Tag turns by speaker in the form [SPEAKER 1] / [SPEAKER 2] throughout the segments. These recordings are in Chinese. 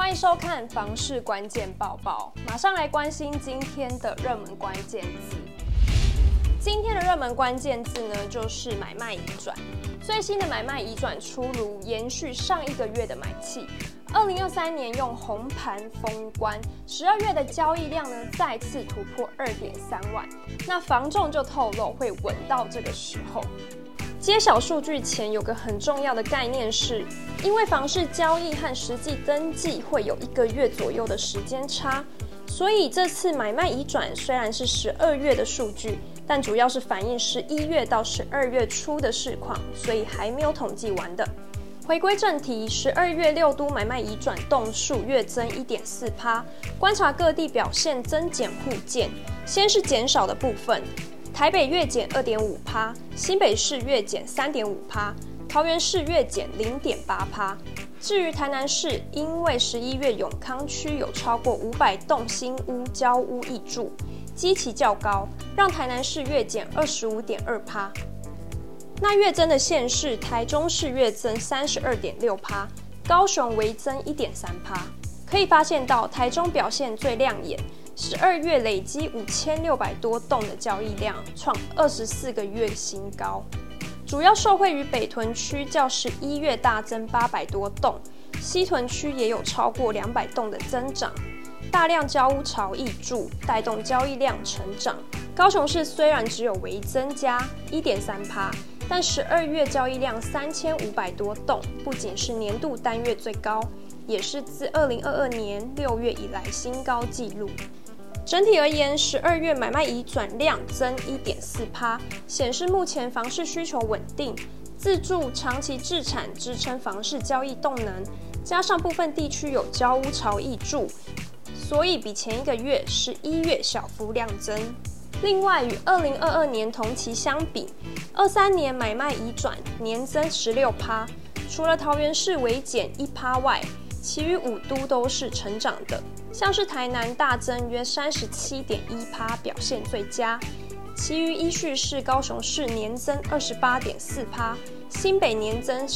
[SPEAKER 1] 欢迎收看房市关键报报，马上来关心今天的热门关键字。今天的热门关键字呢，就是买卖移转。最新的买卖移转出炉，延续上一个月的买气。2023年用红盘封关，12月的交易量呢再次突破2.3万。那房仲就透露会稳到这个时候。揭晓数据前有个很重要的概念是，因为房市交易和实际登记会有1个月左右的时间差，所以这次买卖移转虽然是12月的数据，但主要是反映11月到12月初的市况，所以还没有统计完的。回归正题，12月6都买卖移转栋数月增 1.4%， 观察各地表现增减互见。先是减少的部分，台北月减 2.5%， 新北市月减 3.5%， 桃园市月减 0.8%。至于台南市，因为11月永康区有超过500栋新屋交屋挹注，基期较高，让台南市月减 25.2%。那月增的县市，台中市月增 32.6%， 高雄微增 1.3%。可以发现到台中表现最亮眼，12月累积5600多栋的交易量，创24个月新高。主要受惠于北屯区较11月大增800多栋，西屯区也有超过200栋的增长。大量交屋潮挹注，带动交易量成长。高雄市虽然只有微增加 1.3%， 但12月交易量3500多栋，不仅是年度单月最高，也是自2022年6月以来新高纪录。整体而言，12月买卖移转量增 1.4%， 显示目前房市需求稳定，自住长期置产支撑房市交易动能，加上部分地区有交屋潮挹注，所以比前一个月11月小幅量增。另外，与2022年同期相比，23年买卖移转年增 16%， 除了桃园市微减 1% 外，其余5都都是成长的，像是台南大增约 37.1%， 表现最佳，其余依序是高雄市年增 28.4%， 新北年增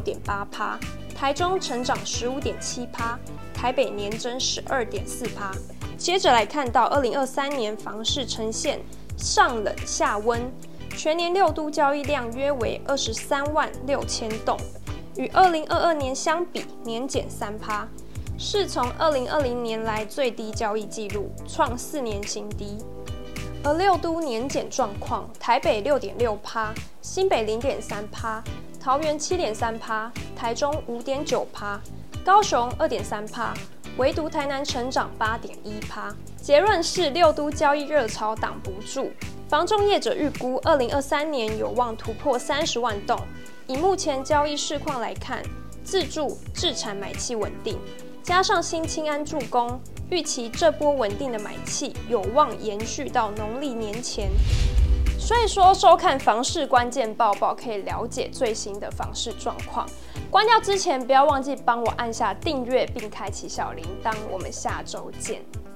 [SPEAKER 1] 16.8%， 台中成长 15.7%， 台北年增 12.4%。接着来看到2023年房市呈现上冷下温，全年6都交易量约为23万6千栋，与2022年相比年减 3%， 是从2020年来最低交易纪录，创4年新低。而6都年减状况，台北 6.6%， 新北 0.3%， 桃园 7.3%， 台中 5.9%， 高雄 2.3%，唯独台南成长 8.1%。结论是6都交易热潮挡不住，房仲业者预估2023年有望突破30万栋。以目前交易市况来看，自住置产买气稳定，加上新青安助攻，预期这波稳定的买气有望延续到农历年前。所以说，收看房市关键报报可以了解最新的房市状况。关掉之前，不要忘记帮我按下订阅并开启小铃铛。我们下周见。